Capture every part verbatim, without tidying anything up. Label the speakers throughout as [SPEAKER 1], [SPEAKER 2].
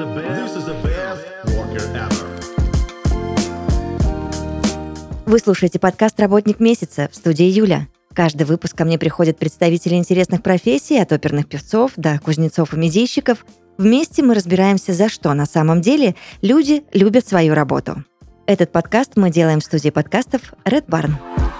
[SPEAKER 1] This is the best worker ever.
[SPEAKER 2] Вы слушаете подкаст «Работник месяца» в студии Юля. Каждый выпуск ко мне приходят представители интересных профессий, от оперных певцов до кузнецов и медийщиков. Вместе мы разбираемся, за что на самом деле люди любят свою работу. Этот подкаст мы делаем в студии подкастов Red Barn.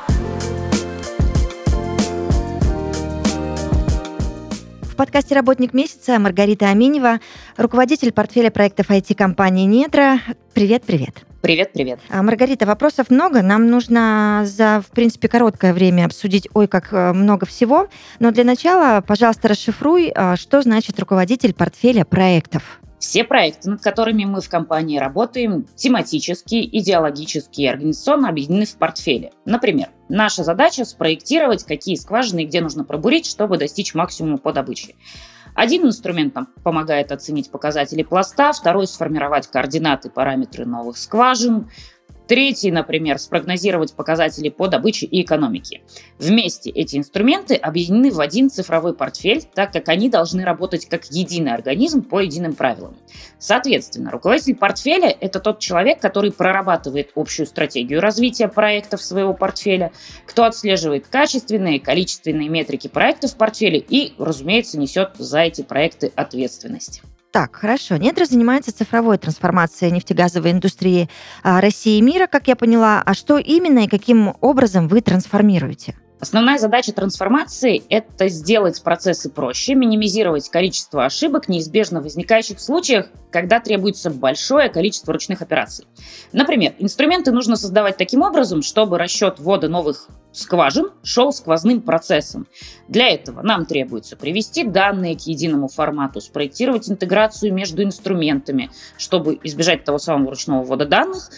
[SPEAKER 2] В подкасте «Работник месяца» Маргарита Аминева, руководитель портфеля проектов ай ти-компании «Нетра». Привет-привет.
[SPEAKER 3] Привет-привет.
[SPEAKER 2] Маргарита, вопросов много. Нам нужно за, в принципе, короткое время обсудить, ой, как много всего. Но для начала, пожалуйста, расшифруй, что значит руководитель портфеля проектов.
[SPEAKER 3] Все проекты, над которыми мы в компании работаем, тематически, идеологически и организационно объединены в портфеле. Например, наша задача спроектировать, какие скважины и где нужно пробурить, чтобы достичь максимума по добыче. Один инструмент нам помогает оценить показатели пласта, второй — сформировать координаты, параметры новых скважин, третий, например, спрогнозировать показатели по добыче и экономике. Вместе эти инструменты объединены в один цифровой портфель, так как они должны работать как единый организм по единым правилам. Соответственно, руководитель портфеля – это тот человек, который прорабатывает общую стратегию развития проектов своего портфеля, кто отслеживает качественные и количественные метрики проектов в портфеле и, разумеется, несет за эти проекты ответственность.
[SPEAKER 2] Так, хорошо. Нетра занимается цифровой трансформацией нефтегазовой индустрии России и мира, как я поняла. А что именно и каким образом вы трансформируете?
[SPEAKER 3] Основная задача трансформации – это сделать процессы проще, минимизировать количество ошибок, неизбежно возникающих в случаях, когда требуется большое количество ручных операций. Например, инструменты нужно создавать таким образом, чтобы расчет ввода новых скважин шел сквозным процессом. Для этого нам требуется привести данные к единому формату, спроектировать интеграцию между инструментами, чтобы избежать того самого ручного ввода данных.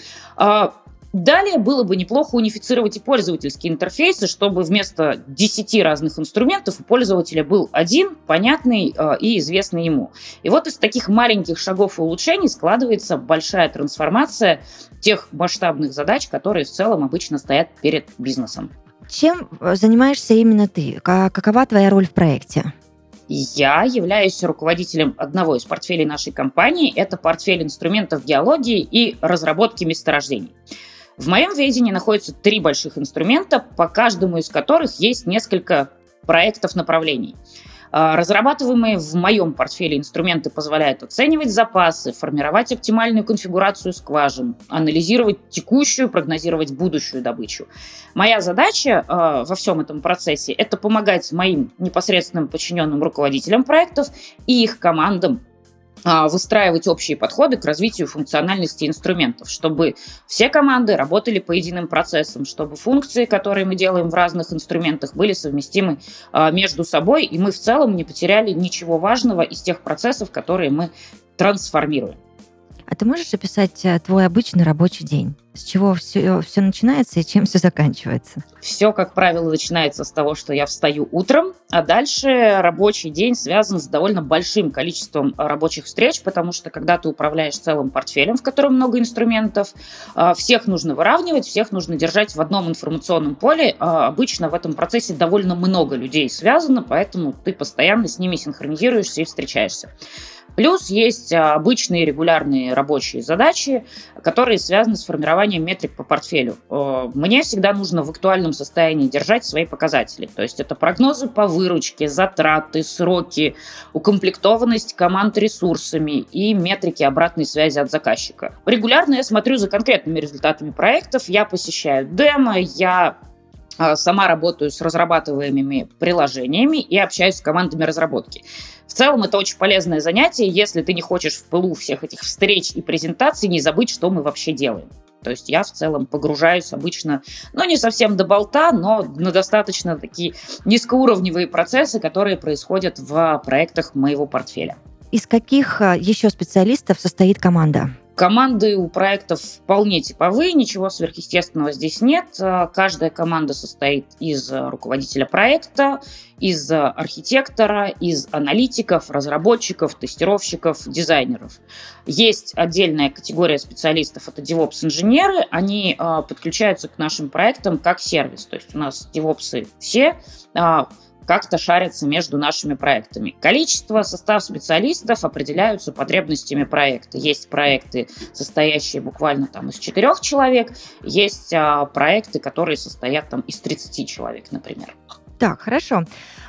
[SPEAKER 3] Далее было бы неплохо унифицировать и пользовательские интерфейсы, чтобы вместо десяти разных инструментов у пользователя был один, понятный э, и известный ему. И вот из таких маленьких шагов и улучшений складывается большая трансформация тех масштабных задач, которые в целом обычно стоят перед бизнесом.
[SPEAKER 2] Чем занимаешься именно ты? Какова твоя роль в проекте?
[SPEAKER 3] Я являюсь руководителем одного из портфелей нашей компании. Это портфель инструментов геологии и разработки месторождений. В моем ведении находятся три больших инструмента, по каждому из которых есть несколько проектов направлений. Разрабатываемые в моем портфеле инструменты позволяют оценивать запасы, формировать оптимальную конфигурацию скважин, анализировать текущую, прогнозировать будущую добычу. Моя задача э, во всем этом процессе – это помогать моим непосредственным подчиненным руководителям проектов и их командам выстраивать общие подходы к развитию функциональности инструментов, чтобы все команды работали по единым процессам, чтобы функции, которые мы делаем в разных инструментах, были совместимы между собой, и мы в целом не потеряли ничего важного из тех процессов, которые мы трансформируем.
[SPEAKER 2] А ты можешь описать твой обычный рабочий день? С чего все, все начинается и чем все заканчивается?
[SPEAKER 3] Все, как правило, начинается с того, что я встаю утром, а дальше рабочий день связан с довольно большим количеством рабочих встреч, потому что когда ты управляешь целым портфелем, в котором много инструментов, всех нужно выравнивать, всех нужно держать в одном информационном поле. Обычно в этом процессе довольно много людей связано, поэтому ты постоянно с ними синхронизируешься и встречаешься. Плюс есть обычные регулярные рабочие задачи, которые связаны с формированием метрик по портфелю. Мне всегда нужно в актуальном состоянии держать свои показатели. То есть это прогнозы по выручке, затраты, сроки, укомплектованность команд ресурсами и метрики обратной связи от заказчика. Регулярно я смотрю за конкретными результатами проектов, я посещаю демо, я сама работаю с разрабатываемыми приложениями и общаюсь с командами разработки. В целом это очень полезное занятие, если ты не хочешь в пылу всех этих встреч и презентаций не забыть, что мы вообще делаем. То есть я в целом погружаюсь обычно, ну не совсем до болта, но на достаточно такие низкоуровневые процессы, которые происходят в проектах моего портфеля.
[SPEAKER 2] Из каких еще специалистов состоит команда?
[SPEAKER 3] Команды у проектов вполне типовые, ничего сверхъестественного здесь нет. Каждая команда состоит из руководителя проекта, из архитектора, из аналитиков, разработчиков, тестировщиков, дизайнеров. Есть отдельная категория специалистов, это DevOps-инженеры. Они подключаются к нашим проектам как сервис. То есть у нас DevOps все, как-то шарятся между нашими проектами. Количество, состав специалистов определяются потребностями проекта. Есть проекты, состоящие буквально там из четырех человек, есть а, проекты, которые состоят там из тридцати человек, например.
[SPEAKER 2] Так, хорошо.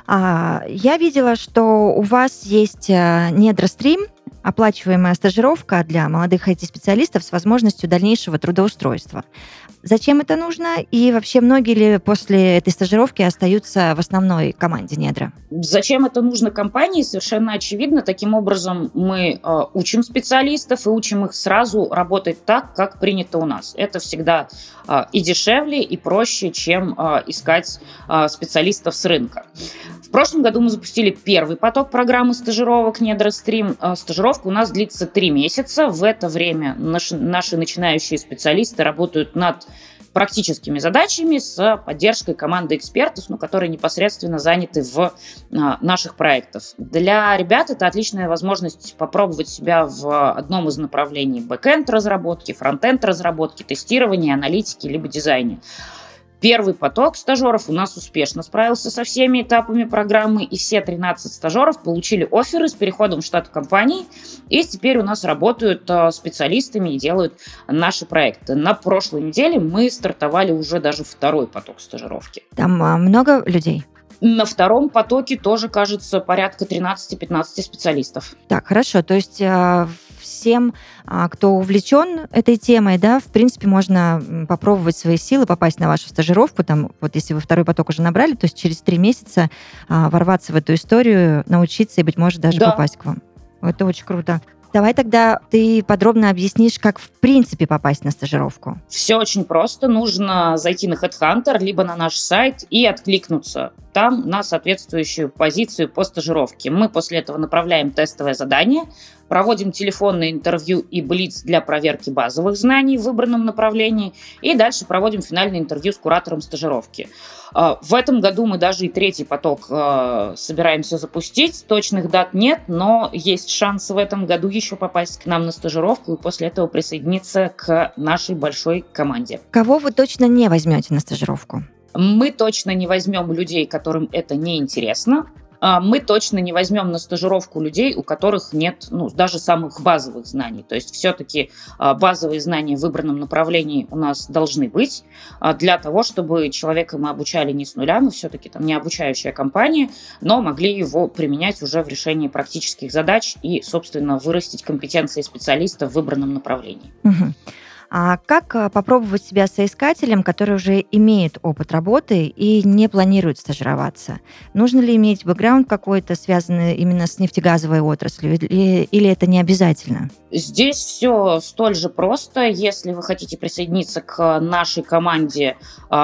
[SPEAKER 2] А, я видела, что у вас есть Недрастрим, оплачиваемая стажировка для молодых ай ти-специалистов с возможностью дальнейшего трудоустройства. Зачем это нужно? И вообще, многие ли после этой стажировки остаются в основной команде Недра?
[SPEAKER 3] Зачем это нужно компании? Совершенно очевидно. Таким образом, мы э, учим специалистов и учим их сразу работать так, как принято у нас. Это всегда э, и дешевле, и проще, чем э, искать э, специалистов с рынка. В прошлом году мы запустили первый поток программы стажировок Недрастрим. Стажировка у нас длится три месяца. В это время наши, наши начинающие специалисты работают над практическими задачами с поддержкой команды экспертов, ну, которые непосредственно заняты в а, наших проектах. Для ребят это отличная возможность попробовать себя в одном из направлений бэкэнд разработки, фронтенд разработки, тестирования, аналитики либо дизайне. Первый поток стажеров у нас успешно справился со всеми этапами программы, и все тринадцать стажеров получили офферы с переходом в штат компании, и теперь у нас работают специалистами и делают наши проекты. На прошлой неделе мы стартовали уже даже второй поток стажировки.
[SPEAKER 2] Там а, много людей?
[SPEAKER 3] На втором потоке тоже, кажется, порядка тринадцать-пятнадцать специалистов.
[SPEAKER 2] Так, хорошо. То есть а, всем, а, кто увлечен этой темой, да, в принципе, можно попробовать свои силы, попасть на вашу стажировку. Там, вот если вы второй поток уже набрали, то есть через три месяца а, ворваться в эту историю, научиться и, быть может, даже
[SPEAKER 3] да.
[SPEAKER 2] попасть к вам. Это очень круто. Давай тогда ты подробно объяснишь, как в принципе попасть на стажировку.
[SPEAKER 3] Все очень просто. Нужно зайти на HeadHunter, либо на наш сайт и откликнуться там на соответствующую позицию по стажировке. Мы после этого направляем тестовое задание, проводим телефонное интервью и блиц для проверки базовых знаний в выбранном направлении, и дальше проводим финальное интервью с куратором стажировки. В этом году мы даже и третий поток собираемся запустить. Точных дат нет, но есть шанс в этом году еще попасть к нам на стажировку и после этого присоединиться к нашей большой команде.
[SPEAKER 2] Кого вы точно не возьмете на стажировку?
[SPEAKER 3] Мы точно не возьмем людей, которым это не интересно. Мы точно не возьмем на стажировку людей, у которых нет, ну, даже самых базовых знаний. То есть все-таки базовые знания в выбранном направлении у нас должны быть для того, чтобы человека мы обучали не с нуля, мы все-таки там не обучающая компания, но могли его применять уже в решении практических задач и, собственно, вырастить компетенции специалиста в выбранном направлении.
[SPEAKER 2] Угу. А как попробовать себя соискателем, который уже имеет опыт работы и не планирует стажироваться? Нужно ли иметь бэкграунд какой-то, связанный именно с нефтегазовой отраслью, или, или это не обязательно?
[SPEAKER 3] Здесь все столь же просто. Если вы хотите присоединиться к нашей команде,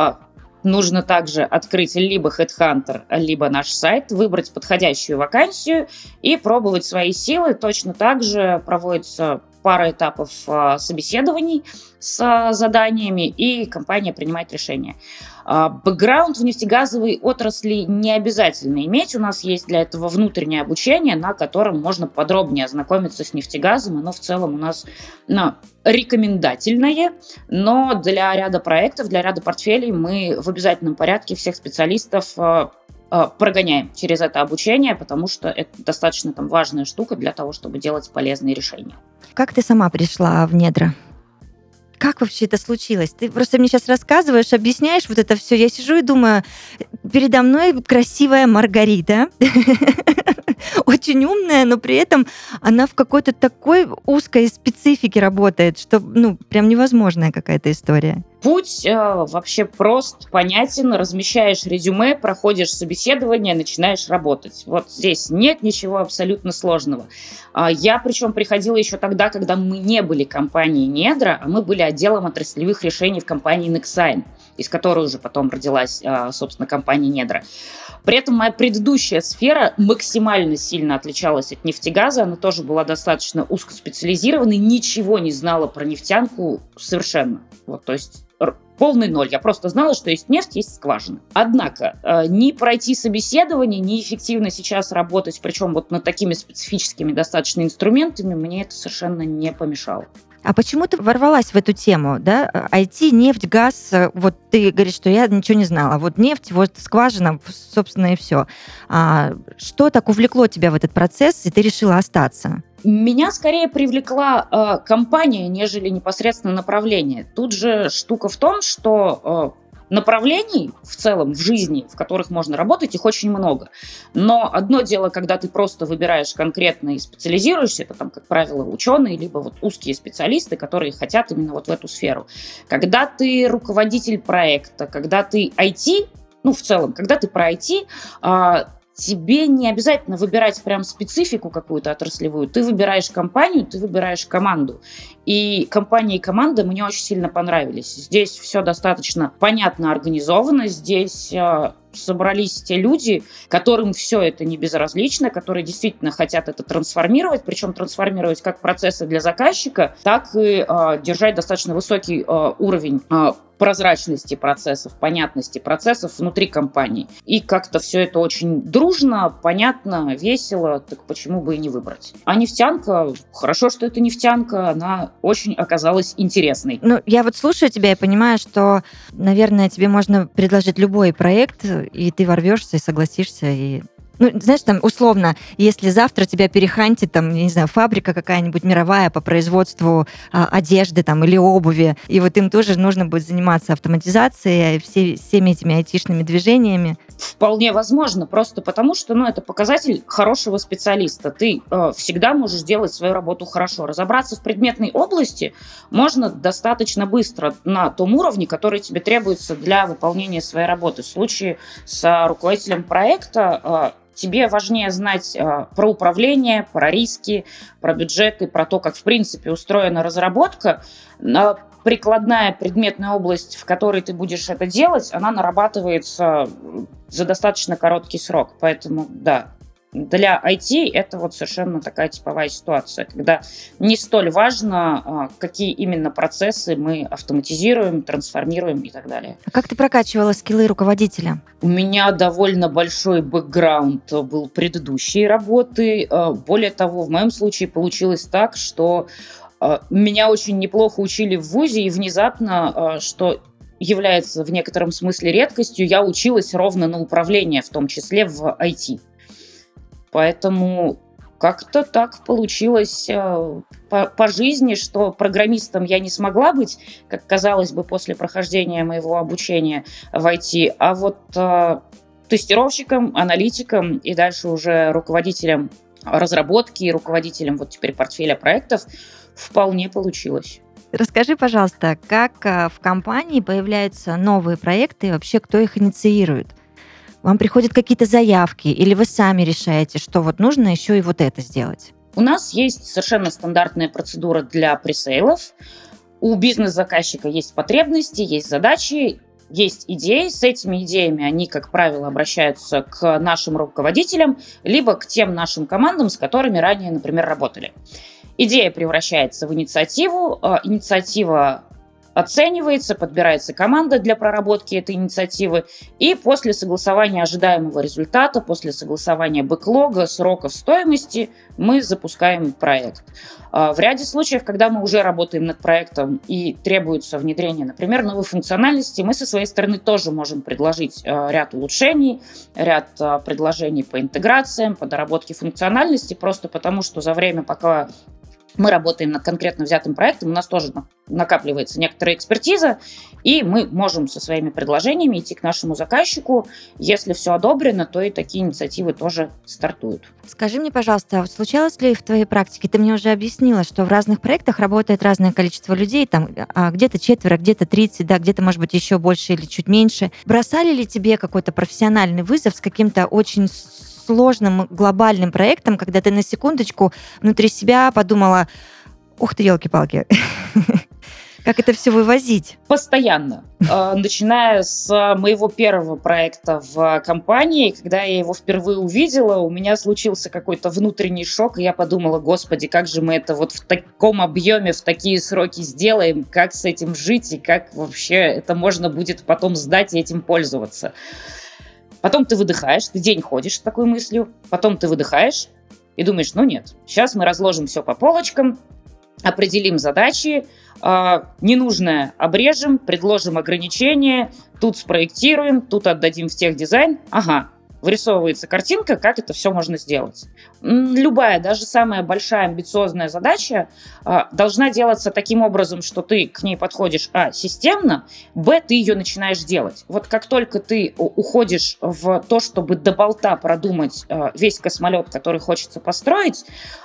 [SPEAKER 3] нужно также открыть либо HeadHunter, либо наш сайт, выбрать подходящую вакансию и пробовать свои силы. Точно так же проводится пара этапов а, собеседований с а, заданиями, и компания принимает решение. А, бэкграунд в нефтегазовой отрасли не обязательно иметь. У нас есть для этого внутреннее обучение, на котором можно подробнее ознакомиться с нефтегазом. Оно в целом у нас ну, рекомендательное, но для ряда проектов, для ряда портфелей мы в обязательном порядке всех специалистов а, прогоняем через это обучение, потому что это достаточно там важная штука для того, чтобы делать полезные решения.
[SPEAKER 2] Как ты сама пришла в Недра? Как вообще это случилось? Ты просто мне сейчас рассказываешь, объясняешь вот это все. Я сижу и думаю, передо мной красивая Маргарита, очень умная, но при этом она в какой-то такой узкой специфике работает, что, ну, прям невозможная какая-то история.
[SPEAKER 3] Путь э, вообще прост, понятен. Размещаешь резюме, проходишь собеседование, начинаешь работать. Вот здесь нет ничего абсолютно сложного. А я причем приходила еще тогда, когда мы не были компанией Недра, а мы были отделом отраслевых решений в компании Nexign, из которой уже потом родилась, э, собственно, компания Недра. При этом моя предыдущая сфера максимально сильно отличалась от нефтегаза. Она тоже была достаточно узкоспециализированной, ничего не знала про нефтянку совершенно. Вот, то есть полный ноль. Я просто знала, что есть нефть, есть скважина. Однако, э, ни пройти собеседование, ни эффективно сейчас работать, причем вот над такими специфическими достаточно инструментами, мне это совершенно не помешало.
[SPEAKER 2] А почему ты ворвалась в эту тему, да? ай ти, нефть, газ, вот ты говоришь, что я ничего не знала, а вот нефть, вот скважина, собственно, и все. А что так увлекло тебя в этот процесс, и ты решила остаться?
[SPEAKER 3] Меня скорее привлекла э, компания, нежели непосредственно направление. Тут же штука в том, что э, направлений в целом в жизни, в которых можно работать, их очень много. Но одно дело, когда ты просто выбираешь конкретно и специализируешься, это там, как правило, ученые, либо вот узкие специалисты, которые хотят именно вот в эту сферу. Когда ты руководитель проекта, когда ты ай ти, ну, в целом, когда ты про ай ти, а, тебе не обязательно выбирать прям специфику какую-то отраслевую. Ты выбираешь компанию, ты выбираешь команду. И компания и команда мне очень сильно понравились. Здесь все достаточно понятно организовано. Здесь э, собрались те люди, которым все это не безразлично, которые действительно хотят это трансформировать, причем трансформировать как процессы для заказчика, так и э, держать достаточно высокий э, уровень э, прозрачности процессов, понятности процессов внутри компании. И как-то все это очень дружно, понятно, весело, так почему бы и не выбрать. А нефтянка, хорошо, что это нефтянка, она очень оказалась интересной.
[SPEAKER 2] Ну, я вот слушаю тебя и понимаю, что, наверное, тебе можно предложить любой проект, и ты ворвешься и согласишься, и... Ну, знаешь, там, условно, если завтра тебя перехантит, там, я не знаю, фабрика какая-нибудь мировая по производству а, одежды там, или обуви, и вот им тоже нужно будет заниматься автоматизацией, все, всеми этими айтишными движениями.
[SPEAKER 3] Вполне возможно, просто потому что, ну, это показатель хорошего специалиста. Ты э, всегда можешь делать свою работу хорошо. Разобраться в предметной области можно достаточно быстро на том уровне, который тебе требуется для выполнения своей работы. В случае с э, руководителем проекта э, тебе важнее знать э, про управление, про риски, про бюджеты, про то, как в принципе устроена разработка. Э, прикладная предметная область, в которой ты будешь это делать, она нарабатывается за достаточно короткий срок. Поэтому, да, для ай ти это вот совершенно такая типовая ситуация, когда не столь важно, какие именно процессы мы автоматизируем, трансформируем и так далее.
[SPEAKER 2] А как ты прокачивала скиллы руководителя?
[SPEAKER 3] У меня довольно большой бэкграунд был предыдущей работы. Более того, в моем случае получилось так, что меня очень неплохо учили в вузе, и внезапно, что является в некотором смысле редкостью, я училась ровно на управление, в том числе в ай ти. Поэтому как-то так получилось по, по жизни, что программистом я не смогла быть, как казалось бы, после прохождения моего обучения в ай ти, а вот э, тестировщиком, аналитиком и дальше уже руководителем разработки, руководителем вот теперь портфеля проектов вполне получилось.
[SPEAKER 2] Расскажи, пожалуйста, как в компании появляются новые проекты и вообще кто их инициирует? Вам приходят какие-то заявки или вы сами решаете, что вот нужно еще и вот это сделать?
[SPEAKER 3] У нас есть совершенно стандартная процедура для пресейлов. У бизнес-заказчика есть потребности, есть задачи, есть идеи. С этими идеями они, как правило, обращаются к нашим руководителям, либо к тем нашим командам, с которыми ранее, например, работали. Идея превращается в инициативу, инициатива оценивается, подбирается команда для проработки этой инициативы, и после согласования ожидаемого результата, после согласования бэклога, сроков, стоимости, мы запускаем проект. В ряде случаев, когда мы уже работаем над проектом и требуется внедрение, например, новой функциональности, мы со своей стороны тоже можем предложить ряд улучшений, ряд предложений по интеграциям, по доработке функциональности, просто потому что за время, пока мы работаем над конкретно взятым проектом, у нас тоже накапливается некоторая экспертиза, и мы можем со своими предложениями идти к нашему заказчику. Если все одобрено, то и такие инициативы тоже стартуют.
[SPEAKER 2] Скажи мне, пожалуйста, вот случалось ли в твоей практике, ты мне уже объяснила, что в разных проектах работает разное количество людей, там где-то четверо, где-то тридцать, да, где-то, может быть, еще больше или чуть меньше. Бросали ли тебе какой-то профессиональный вызов с каким-то очень сложным глобальным проектом, когда ты на секундочку внутри себя подумала: ух ты, елки-палки, как это все вывозить?
[SPEAKER 3] Постоянно. Начиная с моего первого проекта в компании, когда я его впервые увидела, у меня случился какой-то внутренний шок, и я подумала: господи, как же мы это вот в таком объеме, в такие сроки сделаем, как с этим жить, и как вообще это можно будет потом сдать и этим пользоваться. Потом ты выдыхаешь, ты день ходишь с такой мыслью, потом ты выдыхаешь и думаешь: ну нет, сейчас мы разложим все по полочкам, определим задачи, ненужное обрежем, предложим ограничения, тут спроектируем, тут отдадим в техдизайн. Ага, вырисовывается картинка, как это все можно сделать. Любая, даже самая большая амбициозная задача должна делаться таким образом, что ты к ней подходишь, а, системно, б, ты ее начинаешь делать. Вот как только ты уходишь в то, чтобы до болта продумать весь космолет, который хочется построить,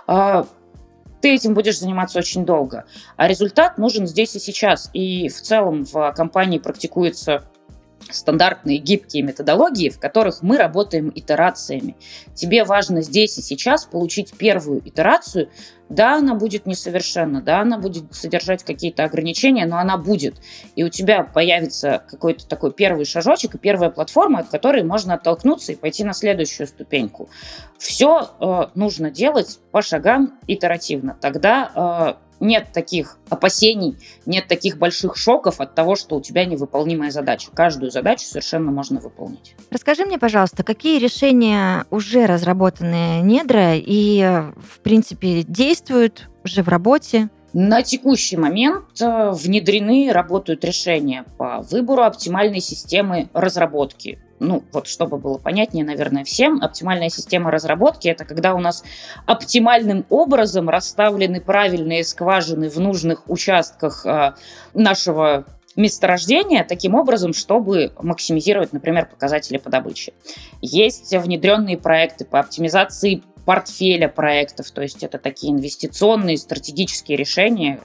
[SPEAKER 3] ты этим будешь заниматься очень долго. А результат нужен здесь и сейчас. И в целом в компании практикуются стандартные гибкие методологии, в которых мы работаем итерациями. Тебе важно здесь и сейчас получить первую итерацию. Да, она будет несовершенна, да, она будет содержать какие-то ограничения, но она будет. И у тебя появится какой-то такой первый шажочек и первая платформа, от которой можно оттолкнуться и пойти на следующую ступеньку. Все э, нужно делать по шагам итеративно. Тогда э, нет таких опасений, нет таких больших шоков от того, что у тебя невыполнимая задача. Каждую задачу совершенно можно выполнить.
[SPEAKER 2] Расскажи мне, пожалуйста, какие решения уже разработаны недра и, в принципе, действуют уже в работе?
[SPEAKER 3] На текущий момент внедрены, работают решения по выбору оптимальной системы разработки. Ну, вот чтобы было понятнее, наверное, всем, оптимальная система разработки – это когда у нас оптимальным образом расставлены правильные скважины в нужных участках нашего месторождения, таким образом, чтобы максимизировать, например, показатели по добыче. Есть внедренные проекты по оптимизации портфеля проектов, то есть это такие инвестиционные, стратегические решения,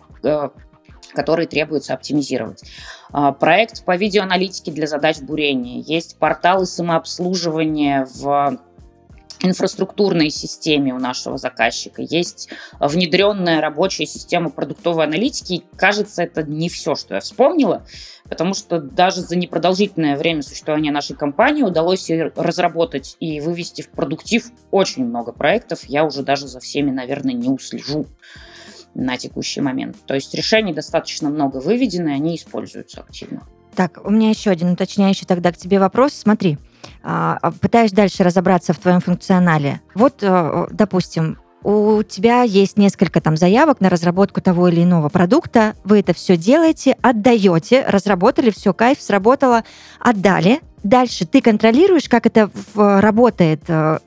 [SPEAKER 3] которые требуется оптимизировать. Проект по видеоаналитике для задач бурения. Есть порталы самообслуживания в инфраструктурной системе у нашего заказчика. Есть внедренная рабочая система продуктовой аналитики. И, кажется, это не все, что я вспомнила, потому что даже за непродолжительное время существования нашей компании удалось разработать и вывести в продуктив очень много проектов. Я уже даже за всеми, наверное, не услежу на текущий момент. То есть решений достаточно много выведено, и они используются активно.
[SPEAKER 2] Так, у меня еще один уточняющий тогда к тебе вопрос. Смотри, пытаюсь дальше разобраться в твоем функционале. Вот, допустим, у тебя есть несколько там заявок на разработку того или иного продукта, вы это все делаете, отдаете, разработали, все, кайф, сработало, отдали. Дальше ты контролируешь, как это работает,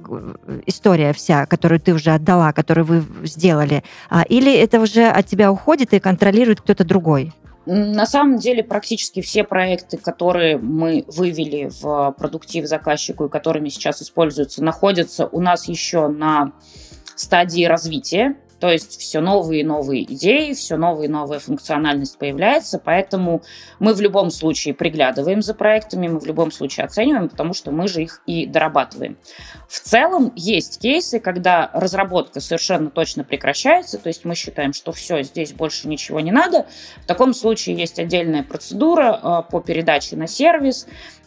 [SPEAKER 2] история вся, которую ты уже отдала, которую вы сделали, или это уже от тебя уходит и контролирует кто-то другой?
[SPEAKER 3] На самом деле практически все проекты, которые мы вывели в продуктив заказчику и которыми сейчас используются, находятся у нас еще на стадии развития. То есть все новые и новые идеи, все новая и новая функциональность появляется, поэтому мы в любом случае приглядываем за проектами, мы в любом случае оцениваем, потому что мы же их и дорабатываем. В целом есть кейсы, когда разработка совершенно точно прекращается, то есть мы считаем, что все, здесь больше ничего не надо. В таком случае есть отдельная процедура по передаче на сервис.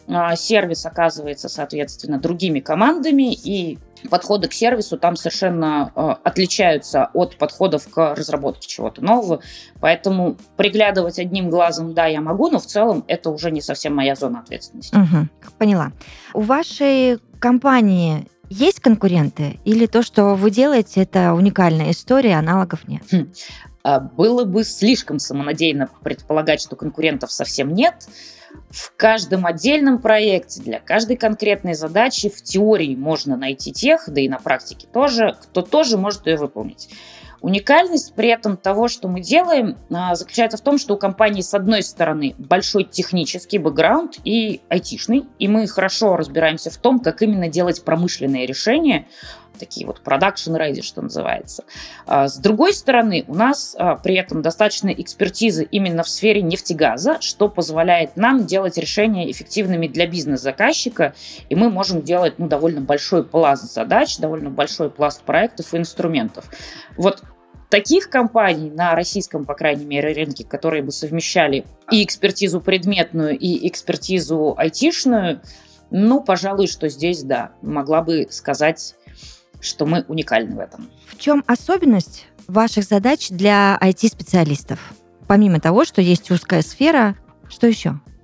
[SPEAKER 3] Сервис оказывается, соответственно, другими командами, и подходы к сервису там совершенно э, отличаются от подходов к разработке чего-то нового. Поэтому приглядывать одним глазом, да, я могу, но в целом это уже не совсем моя зона ответственности.
[SPEAKER 2] Угу, поняла. У вашей компании есть конкуренты? Или то, что вы делаете, это уникальная история, аналогов нет?
[SPEAKER 3] Хм. Было бы слишком самонадеянно предполагать, что конкурентов совсем нет. В каждом отдельном проекте, для каждой конкретной задачи в теории можно найти тех, да и на практике тоже, кто тоже может ее выполнить. Уникальность при этом того, что мы делаем, заключается в том, что у компании с одной стороны большой технический бэкграунд и айтишный, и мы хорошо разбираемся в том, как именно делать промышленные решения, такие вот production ready, что называется. С другой стороны, у нас при этом достаточно экспертизы именно в сфере нефтегаза, что позволяет нам делать решения эффективными для бизнес-заказчика, и мы можем делать ну, довольно большой пласт задач, довольно большой пласт проектов и инструментов. Вот таких компаний на российском, по крайней мере, рынке, которые бы совмещали и экспертизу предметную, и экспертизу айтишную, ну, пожалуй, что здесь, да, могла бы сказать, что мы уникальны в этом.
[SPEAKER 2] В чем особенность ваших задач для ай ти-специалистов? Помимо того, что есть узкая сфера, что еще?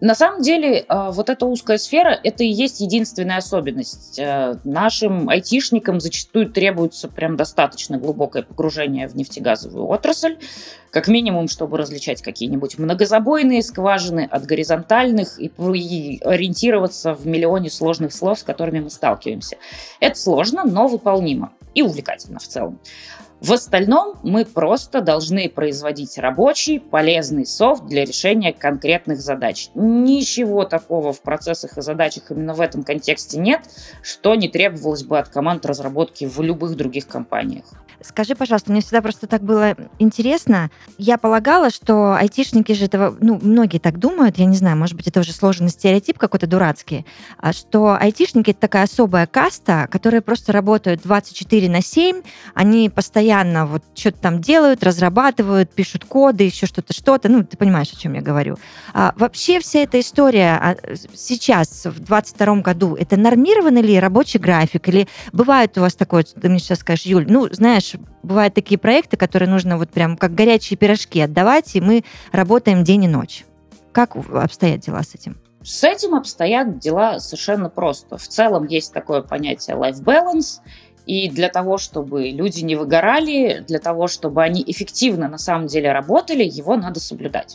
[SPEAKER 3] На самом деле, вот эта узкая сфера – это и есть единственная особенность. Нашим айтишникам зачастую требуется прям достаточно глубокое погружение в нефтегазовую отрасль, как минимум, чтобы различать какие-нибудь многозабойные скважины от горизонтальных и ориентироваться в миллионе сложных слов, с которыми мы сталкиваемся. Это сложно, но выполнимо и увлекательно в целом. В остальном мы просто должны производить рабочий, полезный софт для решения конкретных задач. Ничего такого в процессах и задачах именно в этом контексте нет, что не требовалось бы от команд разработки в любых других компаниях.
[SPEAKER 2] Скажи, пожалуйста, мне всегда просто так было интересно. Я полагала, что айтишники же этого, ну, многие так думают, я не знаю, может быть, это уже сложный стереотип какой-то дурацкий, что айтишники — это такая особая каста, которая просто работают двадцать четыре на семь, они постоянно вот что-то там делают, разрабатывают, пишут коды, еще что-то, что-то, ну, ты понимаешь, о чем я говорю. А вообще вся эта история сейчас, в двадцать втором году, это нормированный ли рабочий график? Или бывает у вас такое, ты мне сейчас скажешь, Юль, ну, знаешь, бывают такие проекты, которые нужно вот прям как горячие пирожки отдавать, и мы работаем день и ночь. Как обстоят дела с этим?
[SPEAKER 3] С этим обстоят дела совершенно просто. В целом есть такое понятие life balance, и для того, чтобы люди не выгорали, для того, чтобы они эффективно на самом деле работали, его надо соблюдать.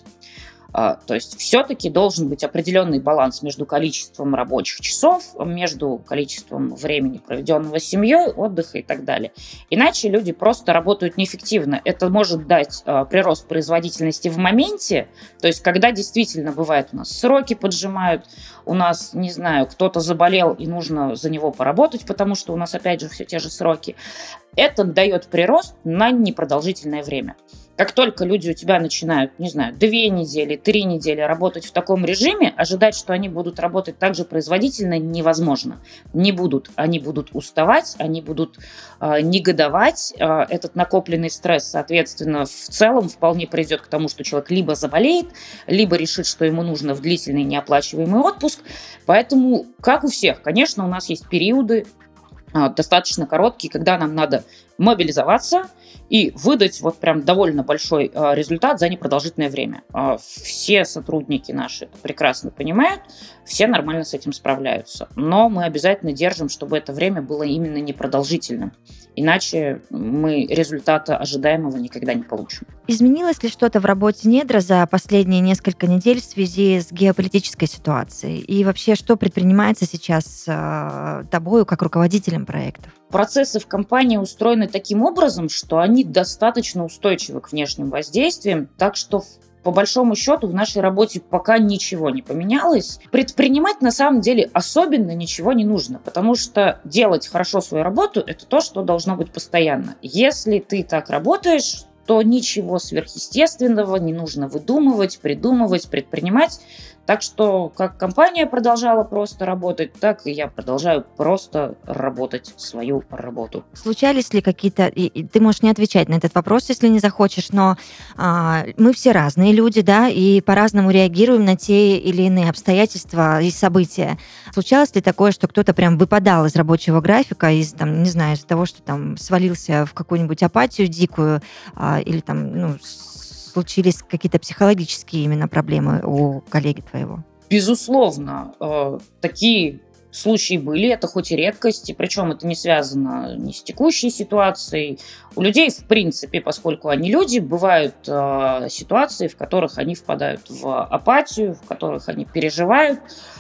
[SPEAKER 3] То есть все-таки должен быть определенный баланс между количеством рабочих часов, между количеством времени, проведенного с семьей, отдыха и так далее. Иначе люди просто работают неэффективно. Это может дать прирост производительности в моменте, то есть когда действительно бывает у нас сроки поджимают, у нас, не знаю, кто-то заболел и нужно за него поработать, потому что у нас опять же все те же сроки. Это дает прирост на непродолжительное время. Как только люди у тебя начинают, не знаю, две недели, три недели работать в таком режиме, ожидать, что они будут работать так же производительно, невозможно. Не будут. Они будут уставать, они будут э, негодовать. Э, этот накопленный стресс, соответственно, в целом вполне приведет к тому, что человек либо заболеет, либо решит, что ему нужно в длительный неоплачиваемый отпуск. Поэтому, как у всех, конечно, у нас есть периоды, достаточно короткие, когда нам надо мобилизоваться и выдать вот прям довольно большой э, результат за непродолжительное время. Э, все сотрудники наши прекрасно понимают, все нормально с этим справляются. Но мы обязательно держим, чтобы это время было именно непродолжительным. Иначе мы результата ожидаемого никогда не получим.
[SPEAKER 2] Изменилось ли что-то в работе Недра за последние несколько недель в связи с геополитической ситуацией? И вообще, что предпринимается сейчас э, тобою как руководителем проектов?
[SPEAKER 3] Процессы в компании устроены таким образом, что они достаточно устойчивы к внешним воздействиям, так что по большому счету в нашей работе пока ничего не поменялось. Предпринимать на самом деле особенно ничего не нужно, потому что делать хорошо свою работу – это то, что должно быть постоянно. Если ты так работаешь, то ничего сверхъестественного не нужно выдумывать, придумывать, предпринимать. Так что как компания продолжала просто работать, так и я продолжаю просто работать свою работу.
[SPEAKER 2] Случались ли какие-то... И, и ты можешь не отвечать на этот вопрос, если не захочешь, но а, мы все разные люди, да, и по-разному реагируем на те или иные обстоятельства и события. Случалось ли такое, что кто-то прям выпадал из рабочего графика, из, там, не знаю, из-за того, что там свалился в какую-нибудь апатию дикую, а, или там, ну, случились какие-то психологические именно проблемы у коллеги твоего?
[SPEAKER 3] Безусловно, э, такие случаи были, это хоть и редкость, и причем это не связано ни с текущей ситуацией. У людей, в принципе, поскольку они люди, бывают э, ситуации, в которых они впадают в апатию, в которых они переживают.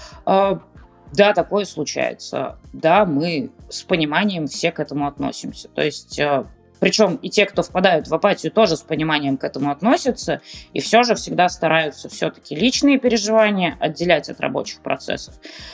[SPEAKER 3] Э, да, такое случается. Да, мы с пониманием все к этому относимся. То есть... Э, Причем и те, кто впадают в апатию, тоже с пониманием к этому относятся, и все же всегда стараются все-таки личные переживания отделять от рабочих процессов.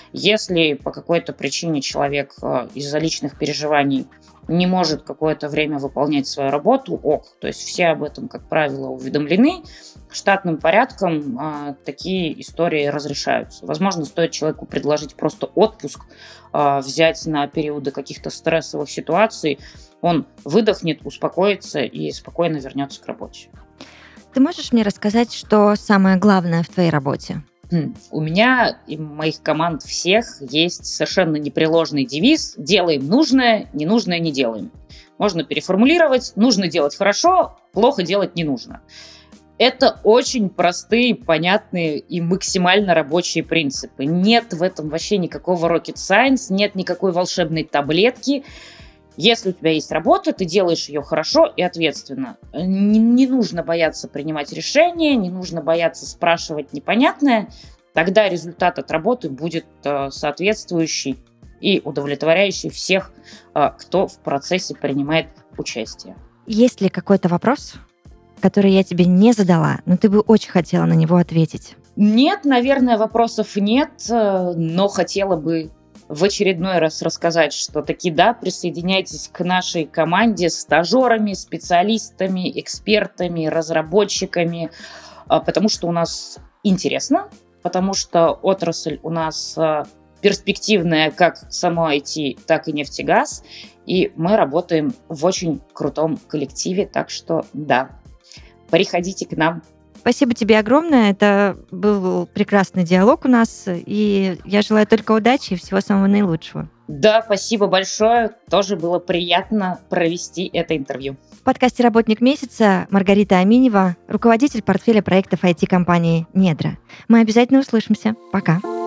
[SPEAKER 3] Если по какой-то причине человек из-за личных переживаний не может какое-то время выполнять свою работу, ок. То есть все об этом, как правило, уведомлены. Штатным порядком а, такие истории разрешаются. Возможно, стоит человеку предложить просто отпуск, а, взять на периоды каких-то стрессовых ситуаций. Он выдохнет, успокоится и спокойно вернется к работе.
[SPEAKER 2] Ты можешь мне рассказать, что самое главное в твоей работе?
[SPEAKER 3] У меня и моих команд всех есть совершенно непреложный девиз: делаем нужное, ненужное не делаем. Можно переформулировать: нужно делать хорошо, плохо делать не нужно. Это очень простые, понятные и максимально рабочие принципы. Нет в этом вообще никакого rocket science, нет никакой волшебной таблетки. Если у тебя есть работа, ты делаешь ее хорошо и ответственно. Не, не нужно бояться принимать решения, не нужно бояться спрашивать непонятное. Тогда результат от работы будет э, соответствующий и удовлетворяющий всех, э, кто в процессе принимает участие.
[SPEAKER 2] Есть ли какой-то вопрос, который я тебе не задала, но ты бы очень хотела на него ответить?
[SPEAKER 3] Нет, наверное, вопросов нет, но хотела бы в очередной раз рассказать, что таки да, присоединяйтесь к нашей команде с стажерами, специалистами, экспертами, разработчиками, потому что у нас интересно, потому что отрасль у нас перспективная как само ай ти, так и нефтегаз, и мы работаем в очень крутом коллективе, так что да. Приходите к нам.
[SPEAKER 2] Спасибо тебе огромное. Это был прекрасный диалог у нас. И я желаю только удачи и всего самого наилучшего.
[SPEAKER 3] Да, спасибо большое. Тоже было приятно провести это интервью.
[SPEAKER 2] В подкасте «Работник месяца» Маргарита Аминева, руководитель портфеля проектов ай ти-компании «Недра». Мы обязательно услышимся. Пока.